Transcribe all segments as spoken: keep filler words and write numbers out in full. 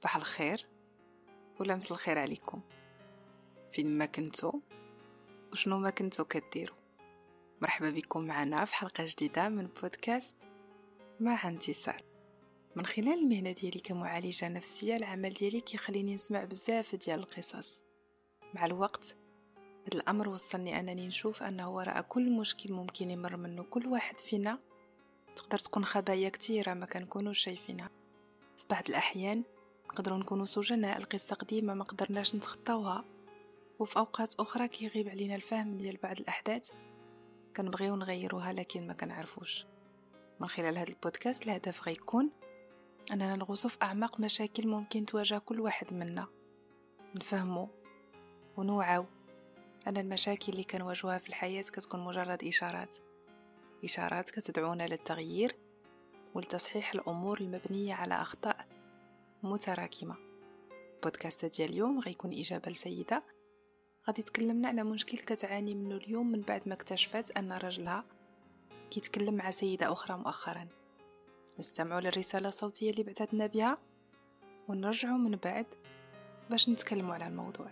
صباح الخير ولا مساء الخير عليكم فين ما كنتو وشنو ما كنتو كديروا. مرحبا بكم معنا في حلقة جديدة من بودكاست مع انتصار. من خلال المهنة ديالي كمعالجة نفسية العمل ديالي كيخليني نسمع بزاف ديال القصص. مع الوقت هذا الأمر وصلني أنني نشوف أنه وراء كل مشكل ممكن يمر منه كل واحد فينا تقدر تكون خبايا كتيرة ما كنكونوش شايفينها. في بعض الأحيان نقدروا نكونوا سجناء القصة قديمة ما قدرناش نتخطاوها، وفي أوقات أخرى كيغيب علينا الفهم ديال بعض الأحداث كنبغيو نغيروها لكن ما كنعرفوش. من خلال هذا البودكاست الهدف غيكون أننا نغوصوا في أعماق مشاكل ممكن تواجه كل واحد منا، نفهموا ونوعوا أن المشاكل اللي كنواجهوها في الحياة كتكون مجرد إشارات إشارات كتدعونا للتغيير ولتصحيح الأمور المبنية على أخطاء متراكمة. بودكاست ديال اليوم غيكون إجابة لسيدة غادي تكلمنا على مشكل كتعاني منه اليوم من بعد ما اكتشفت أن رجلها كيتكلم مع سيدة أخرى مؤخرا. نستمعوا للرسالة الصوتية اللي بعثتنا بها ونرجعوا من بعد باش نتكلموا على الموضوع.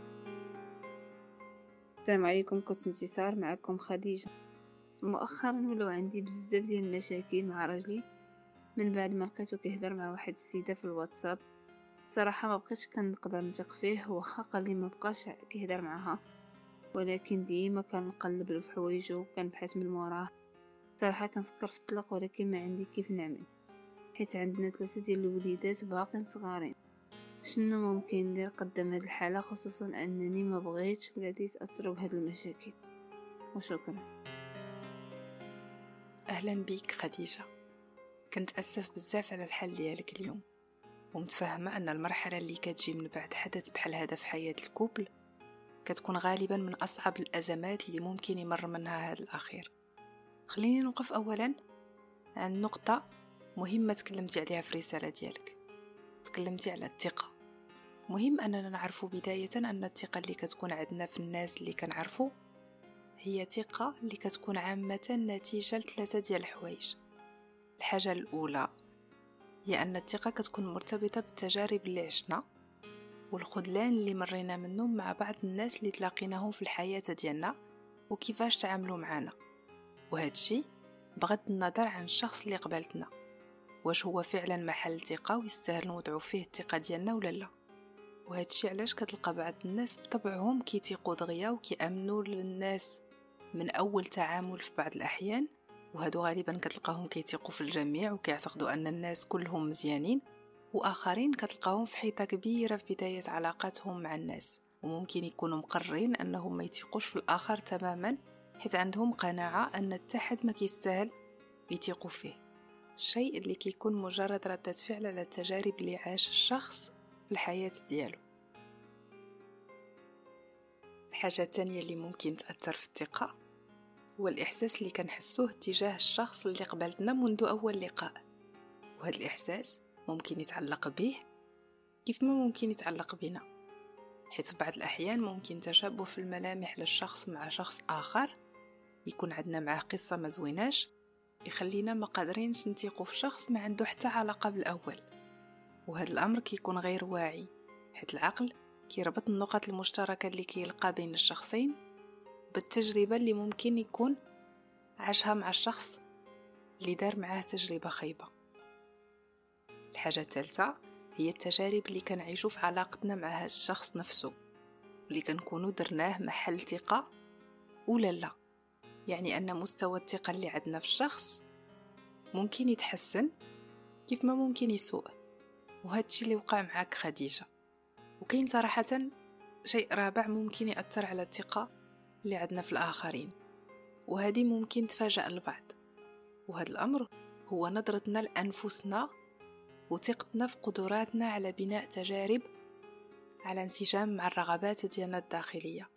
السلام عليكم، كنت انتصار معكم خديجة. مؤخرا ولو عندي بزاف ديال المشاكل مع رجلي من بعد ما لقيته كيهضر مع واحد السيدة في الواتساب. صراحة ما بقيتش كنقدر نثق فيه، واخا قال لي ما بقاش كيهضر معها، ولكن ديما كنقلب له في حوايجه وكنبحث من موراه. صراحة كنفكر في الطلاق ولكن ما عندي كيف نعمل، حيت عندنا ثلاثة ديال الوليدات باقين صغارين. شنو ممكن ندير قدام هذه الحالة، خصوصا انني ما بغيتش ولادي يتاثروا بهذه المشاكل؟ وشكرا. أهلا بيك خديجة، كنتأسف بزاف على الحل ديالك اليوم، ومتفهمة أن المرحلة اللي كتجي من بعد حدث بحال هذا في حياة الكوبل كتكون غالبا من أصعب الأزمات اللي ممكن يمر منها هذا الأخير. خليني نوقف أولا عن نقطة مهمة تكلمتي عليها في رسالة ديالك. تكلمتي على الثقة. مهم أننا نعرف بداية أن الثقة اللي كتكون عندنا في الناس اللي كنعرفو هي ثقة اللي كتكون عامة نتيجة لثلاثة ديال الحوايج. الحاجة الأولى هي أن الثقة كتكون مرتبطة بالتجارب اللي عشنا والخذلان اللي مرينا منهم مع بعض الناس اللي تلاقيناهم في الحياة ديالنا وكيفاش تعاملوا معنا، وهذا الشيء بغض النظر عن الشخص اللي قبلتنا واش هو فعلا محل ثقة ويستاهل نوضعوا فيه الثقة ديالنا ولا لا. وهذا الشيء علاش كتلقى بعض الناس بطبعهم كيتيقوا دغيا وكيامنوا للناس من أول تعامل في بعض الأحيان، وهادو غالبا كتلقاهم كيتيقوا في الجميع وكيعتقدوا أن الناس كلهم مزيانين، وآخرين كتلقاهم في حيطة كبيرة في بداية علاقاتهم مع الناس، وممكن يكونوا مقررين أنهم ما يتيقوش في الآخر تماما حيث عندهم قناعة أن التحد ما كيستاهل يتيقوا فيه، الشيء اللي كيكون مجرد ردة فعل على التجارب اللي عاش الشخص في الحياة ديالو. الحاجة الثانية اللي ممكن تأثر في الثقة هو الإحساس اللي كنحسوه تجاه الشخص اللي قبلتنا منذ أول لقاء، وهذا الإحساس ممكن يتعلق به كيف ما ممكن يتعلق بنا، حيث بعض الأحيان ممكن تشابه في الملامح للشخص مع شخص آخر يكون عندنا معه قصة ما زويناش يخلينا ما قادرينش نثيقوا في شخص ما عنده حتى علاقة بالأول. وهذا الأمر كيكون غير واعي، حيث العقل كيربط النقط المشتركة اللي كيلقى بين الشخصين بالتجربة اللي ممكن يكون عاشها مع الشخص اللي دار معاه تجربة خيبة. الحاجة الثالثة هي التجارب اللي كنعيشوا في علاقتنا مع هذا الشخص نفسه، اللي كنكونوا درناه محل ثقة ولا لا. يعني أن مستوى الثقة اللي عندنا في الشخص ممكن يتحسن كيف ما ممكن يسوء، وهذا الشيء اللي وقع معك خديجة. وكاين صراحة شيء رابع ممكن يأثر على الثقة اللي عندنا في الآخرين، وهذه ممكن تفاجأ البعض، وهذا الأمر هو نظرتنا لأنفسنا وثقتنا في قدراتنا على بناء تجارب على انسجام مع الرغبات ديالنا الداخلية.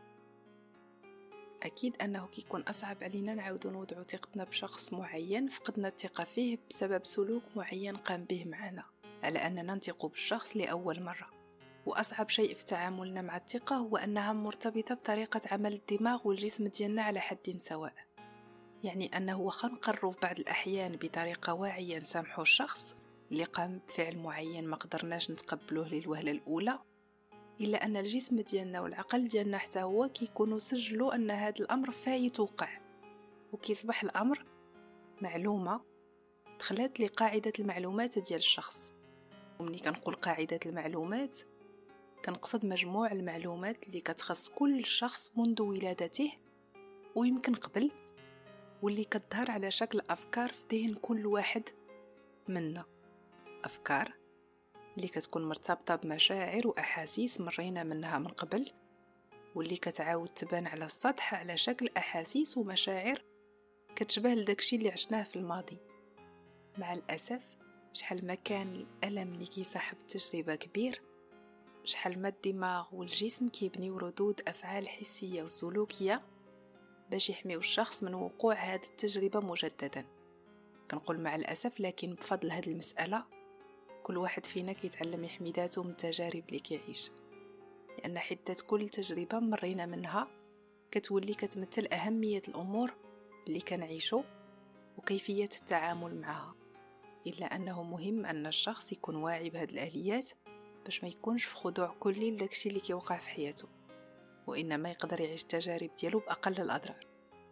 أكيد أنه كيكون أصعب علينا نعاودو نوضعو ثقتنا بشخص معين فقدنا الثقة فيه بسبب سلوك معين قام به معنا على أننا نثق بالشخص لأول مرة. وأصعب شيء في تعاملنا مع الثقة هو أنها مرتبطة بطريقة عمل الدماغ والجسم ديالنا على حد سواء. يعني أنه وخا نقرروا في بعض الأحيان بطريقة واعية نسامحوا الشخص، اللي قام بفعل معين ما قدرناش نتقبلوه للوهلة الأولى، إلا أن الجسم ديالنا والعقل ديالنا حتى هو كيكونوا سجلوا أن هذا الأمر فايت وقع، وكيصبح الأمر معلومة دخلت لقاعدة المعلومات ديال الشخص. ومني كنقول قاعدة المعلومات كنقصد مجموع المعلومات اللي كتخص كل شخص منذ ولادته ويمكن قبل، واللي كتظهر على شكل أفكار في ذهن كل واحد منا. أفكار اللي كتكون مرتبطة بمشاعر وأحاسيس مرينا منها من قبل، واللي كتعاود تبان على السطح على شكل أحاسيس ومشاعر كتشبه لداكشي اللي عشناه في الماضي. مع الأسف شحال ما كان الألم اللي كيصاحب التجربة كبير، شحال ما الدماغ والجسم كيبنيو ردود أفعال حسية وسلوكية باش يحميو الشخص من وقوع هذه التجربة مجددا. كنقول مع الأسف، لكن بفضل هذه المسألة كل واحد فينا كيتعلم يحمي ذاته من التجارب اللي كيعيش، لأن حدة كل تجربة مرينا منها كتولي كتمثل أهمية الأمور اللي كنعيشو وكيفية التعامل معها. إلا أنه مهم أن الشخص يكون واعي بهذه الآليات باش ما يكونش في خضوع كلي لداكشي اللي كيوقع في حياته، وإنما يقدر يعيش التجارب ديالو بأقل الأضرار.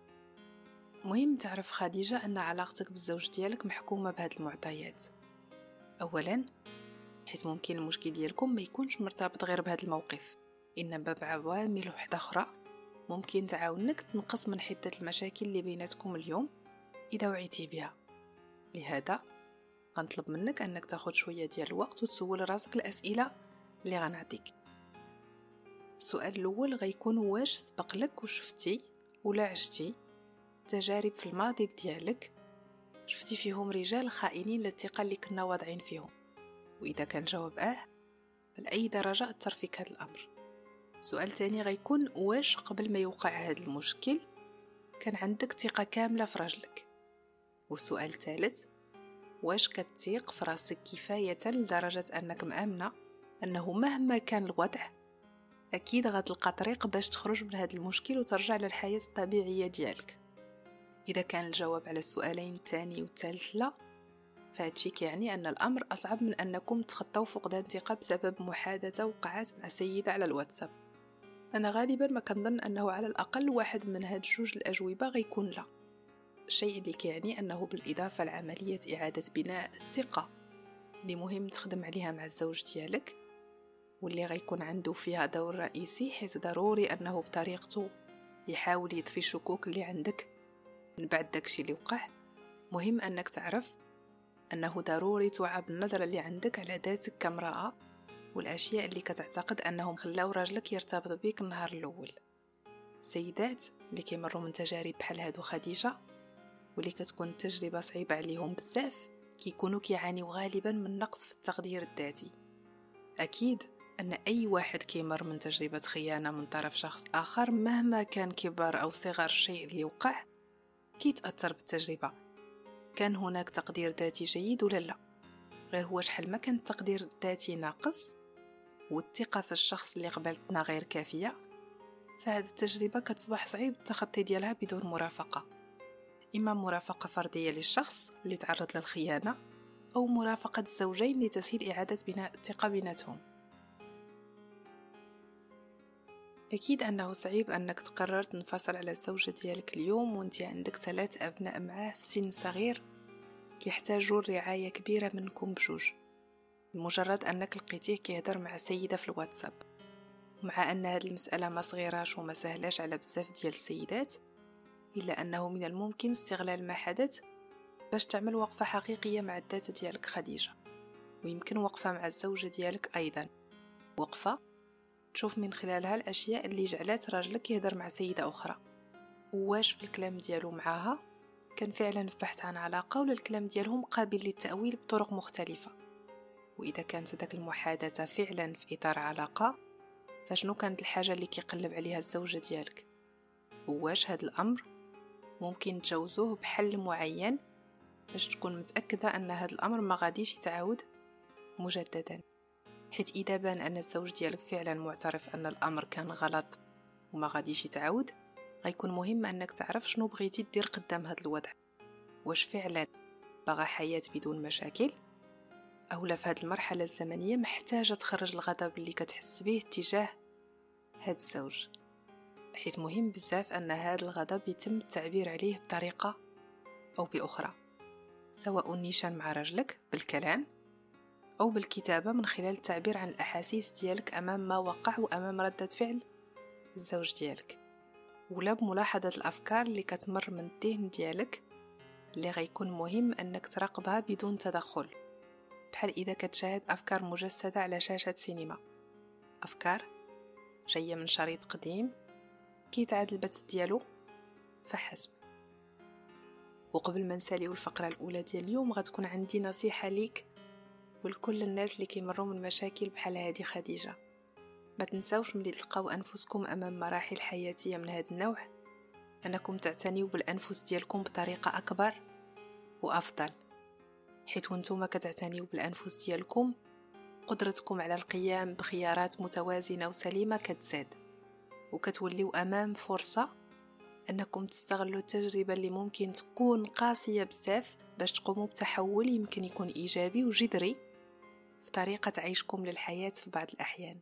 مهم تعرف خديجة أن علاقتك بالزوج ديالك محكومة بهذه المعطيات. أولا، حيث ممكن المشكل ديالكم ما يكونش مرتبط غير بهذا الموقف، إنما بعوامل وحدة أخرى ممكن تعاونك تنقص من حدة المشاكل اللي بيناتكم اليوم إذا وعيتي بها. لهذا غنطلب منك أنك تاخد شوية ديال الوقت وتسول راسك الأسئلة اللي غنعطيك. السؤال الأول غيكون: واش سبق لك وشفتي ولا عشتي تجارب في الماضي ديالك شفتي فيهم رجال خائنين للثقة اللي كنا واضعين فيهم؟ وإذا كان جواب آه، فلأي درجة أثر فيك هذا الأمر؟ سؤال تاني غيكون: واش قبل ما يوقع هذا المشكل كان عندك ثقة كاملة في راجلك؟ والسؤال الثالث: واش كتثيق في راسك كفاية لدرجة أنك مآمنة أنه مهما كان الوضع أكيد غتلقى طريق باش تخرج من هذا المشكل وترجع للحياة الطبيعية ديالك؟ إذا كان الجواب على السؤالين الثاني والثالث لا، فهادشي كيعني أن الأمر أصعب من أنكم تخطوا فقدان ثقة بسبب محادثة وقعت مع سيدة على الواتساب. أنا غالبا ما كنظن أنه على الأقل واحد من هاد جوج الأجوبة غيكون لا، الشيء اللي كيعني أنه بالإضافة لعملية إعادة بناء الثقة اللي مهم تخدم عليها مع الزوج ديالك، واللي غيكون عنده فيها دور رئيسي، حيث ضروري أنه بطريقته يحاول يطفي الشكوك اللي عندك من بعد داكشي اللي وقع. مهم أنك تعرف أنه ضروري توعى بالنظرة اللي عندك على ذاتك كامرأة والأشياء اللي كتعتقد أنهم خلاو راجلك يرتبط بيك النهار الأول. سيدات اللي كيمروا من تجارب بحال هادو خديجة واللي كتكون التجربة صعيبة عليهم بزاف كيكونوا كيعانيوا غالبا من نقص في التقدير الذاتي. أكيد أن أي واحد كيمر من تجربة خيانة من طرف شخص آخر مهما كان كبار أو صغر الشيء اللي وقع كيتأثر بالتجربة، كان هناك تقدير ذاتي جيد ولا لا. غير هو شحال ما كان التقدير الذاتي ناقص والثقة في الشخص اللي قبلتنا غير كافية، فهذه التجربة كتصبح صعيب التخطي ديالها بدون مرافقة، إما مرافقة فردية للشخص اللي تعرض للخيانة أو مرافقة الزوجين لتسهيل إعادة بناء الثقة بيناتهم. أكيد أنه صعيب أنك تقرر تنفصل على الزوجة ديالك اليوم وانت عندك ثلاث أبناء معاه في سن صغير كيحتاجوا رعاية كبيرة منكم بجوج، مجرد أنك لقيتيه كيهدر مع سيدة في الواتساب. ومع أن هذه المسألة ما صغيراش وما سهلاش على بزاف ديال السيدات، إلا أنه من الممكن استغلال ما حدث باش تعمل وقفة حقيقية مع الذات ديالك خديجة، ويمكن وقفة مع الزوجة ديالك أيضا، وقفة تشوف من خلالها الأشياء اللي جعلت راجلك يهدر مع سيدة أخرى، وواش في الكلام ديالو معاها كان فعلا في بحث عن علاقة ولا الكلام ديالهم قابل للتأويل بطرق مختلفة. وإذا كانت ذاك المحادثة فعلا في إطار علاقة، فشنو كانت الحاجة اللي كيقلب عليها الزوجة ديالك؟ وواش هذا الأمر ممكن تجوزوه بحل معين باش تكون متأكدة أن هذا الأمر ما غاديش يتعاود مجددا؟ حيث إذا بان أن الزوج ديالك فعلا معترف أن الأمر كان غلط وما غاديش يتعاود، غيكون مهم أنك تعرف شنو بغيتي دير قدام هذا الوضع. واش فعلا بغى حياة بدون مشاكل، اولا في هذه المرحله الزمنيه محتاجه تخرج الغضب اللي كتحس به تجاه هذا الزوج، حيث مهم بزاف ان هذا الغضب يتم التعبير عليه بطريقه او باخرى، سواء نيشان مع رجلك بالكلام او بالكتابه من خلال التعبير عن الاحاسيس ديالك امام ما وقع وامام رده فعل الزوج ديالك، ولا بملاحظه الافكار اللي كتمر من الذهن ديالك اللي غيكون مهم انك تراقبها بدون تدخل، بحال اذا كتشاهد افكار مجسده على شاشه سينما، افكار جايه من شريط قديم كيتعاد البث ديالو فحسب. وقبل ما نساليو الفقره الاولى ديال اليوم غتكون عندي نصيحه ليك ولكل الناس اللي كيمروا من مشاكل بحال هذه خديجه. ما تنساوش ملي تلقاو انفسكم امام مراحل حياتيه من هذا النوع انكم تعتنيوا بالانفس ديالكم بطريقه اكبر وافضل، حيث وانتم كتعتنيوا بالانفس ديالكم قدرتكم على القيام بخيارات متوازنه وسليمه كتزاد، وكتوليو امام فرصه انكم تستغلوا التجربه اللي ممكن تكون قاسيه بزاف باش تقوموا بتحول يمكن يكون ايجابي وجذري في طريقه عيشكم للحياه في بعض الاحيان.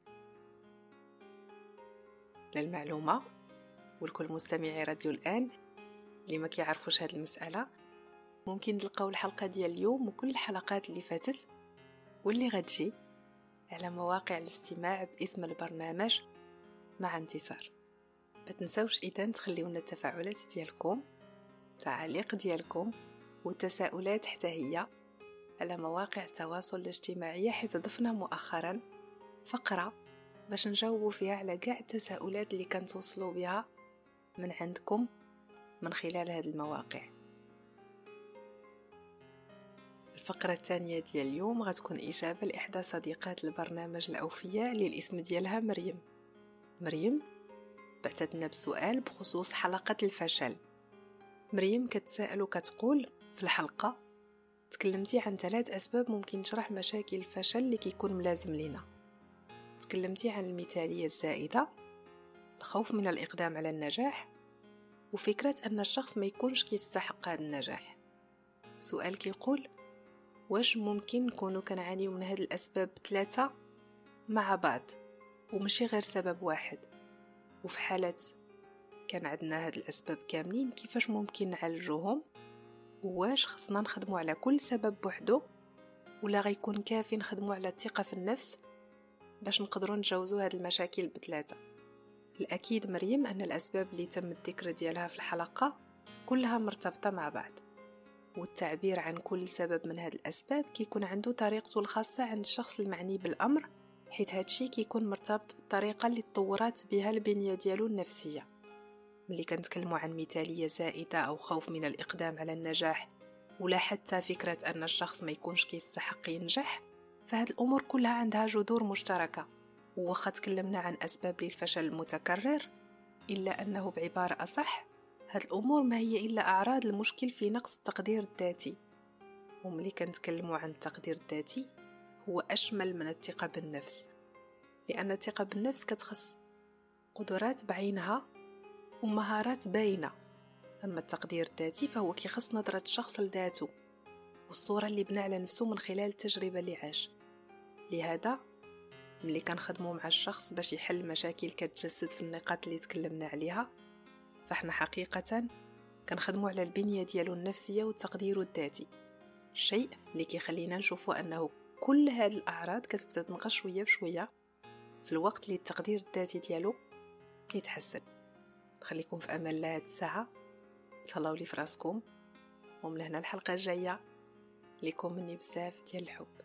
للمعلومه ولكل مستمعي راديو الآن اللي ما كيعرفوش هذه المساله، ممكن تلقاو الحلقه ديال اليوم وكل الحلقات اللي فاتت واللي غتجي على مواقع الاستماع باسم البرنامج مع انتصار. ما تنساوش اذا تخليونا التفاعلات ديالكم، تعاليق ديالكم وتساؤلات حتى هي على مواقع التواصل الاجتماعي، حيت ضفنا مؤخرا فقره باش نجاوبوا فيها على كاع التساؤلات اللي كنتوصلوا بها من عندكم من خلال هذه المواقع. الفقرة الثانية ديال اليوم غتكون إجابة لإحدى صديقات البرنامج الأوفياء اللي الاسم ديالها مريم. مريم بعثت لنا بسؤال بخصوص حلقة الفشل. مريم كتسائل وكتقول: في الحلقة تكلمتي عن ثلاث أسباب ممكن تشرح مشاكل الفشل اللي كيكون ملازم لنا. تكلمتي عن المثالية الزائدة، الخوف من الإقدام على النجاح، وفكرة أن الشخص ما يكونش كيستحق هذا النجاح. السؤال كيقول: واش ممكن نكونوا كنعانيو من هاد الأسباب ثلاثة مع بعض ومشي غير سبب واحد؟ وفي حالة كان عندنا هاد الأسباب كاملين كيفاش ممكن نعالجوهم؟ وواش خصنا نخدموا على كل سبب بوحدو ولا غيكون كافي نخدموا على الثقة في النفس باش نقدروا نتجاوزوا هاد المشاكل بثلاثة؟ الأكيد مريم أن الأسباب اللي تم الذكر ديالها في الحلقة كلها مرتبطة مع بعض، والتعبير عن كل سبب من هذه الأسباب كيكون عنده طريقته الخاصة عند الشخص المعني بالأمر، حيث هادشي كيكون مرتبط بالطريقة اللي تطورات بها البنية ديالو النفسية. ملي كنتكلموا عن مثالية زائدة أو خوف من الإقدام على النجاح، ولا حتى فكرة أن الشخص ما يكونش كيستحق ينجح، فهاد الأمور كلها عندها جذور مشتركة. وواخا تكلمنا عن أسباب للفشل المتكرر، إلا أنه بعبارة أصح هاد الأمور ما هي إلا أعراض المشكل في نقص التقدير الذاتي. وملي كنتكلموا عن التقدير الذاتي هو أشمل من الثقة بالنفس، لأن الثقة بالنفس كتخص قدرات بعينها ومهارات باينة، أما التقدير الذاتي فهو كيخص نظرة الشخص لذاته والصورة اللي بنى على نفسه من خلال التجربة اللي عاش. لهذا ملي كنخدموا مع الشخص باش يحل مشاكل كتجسد في النقاط اللي تكلمنا عليها، فاحنا حقيقة كنخدموا على البنية ديالو النفسية والتقدير الذاتي، الشيء اللي كيخلينا نشوفوا أنه كل هذه الأعراض كتبدا تنقص شوية بشوية في الوقت اللي التقدير الذاتي ديالو كيتحسن. نخليكم في أمان الله هاد الساعة، تهلاو لي في راسكم، ومن هنا الحلقة الجاية ليكم مني بزاف ديال الحب.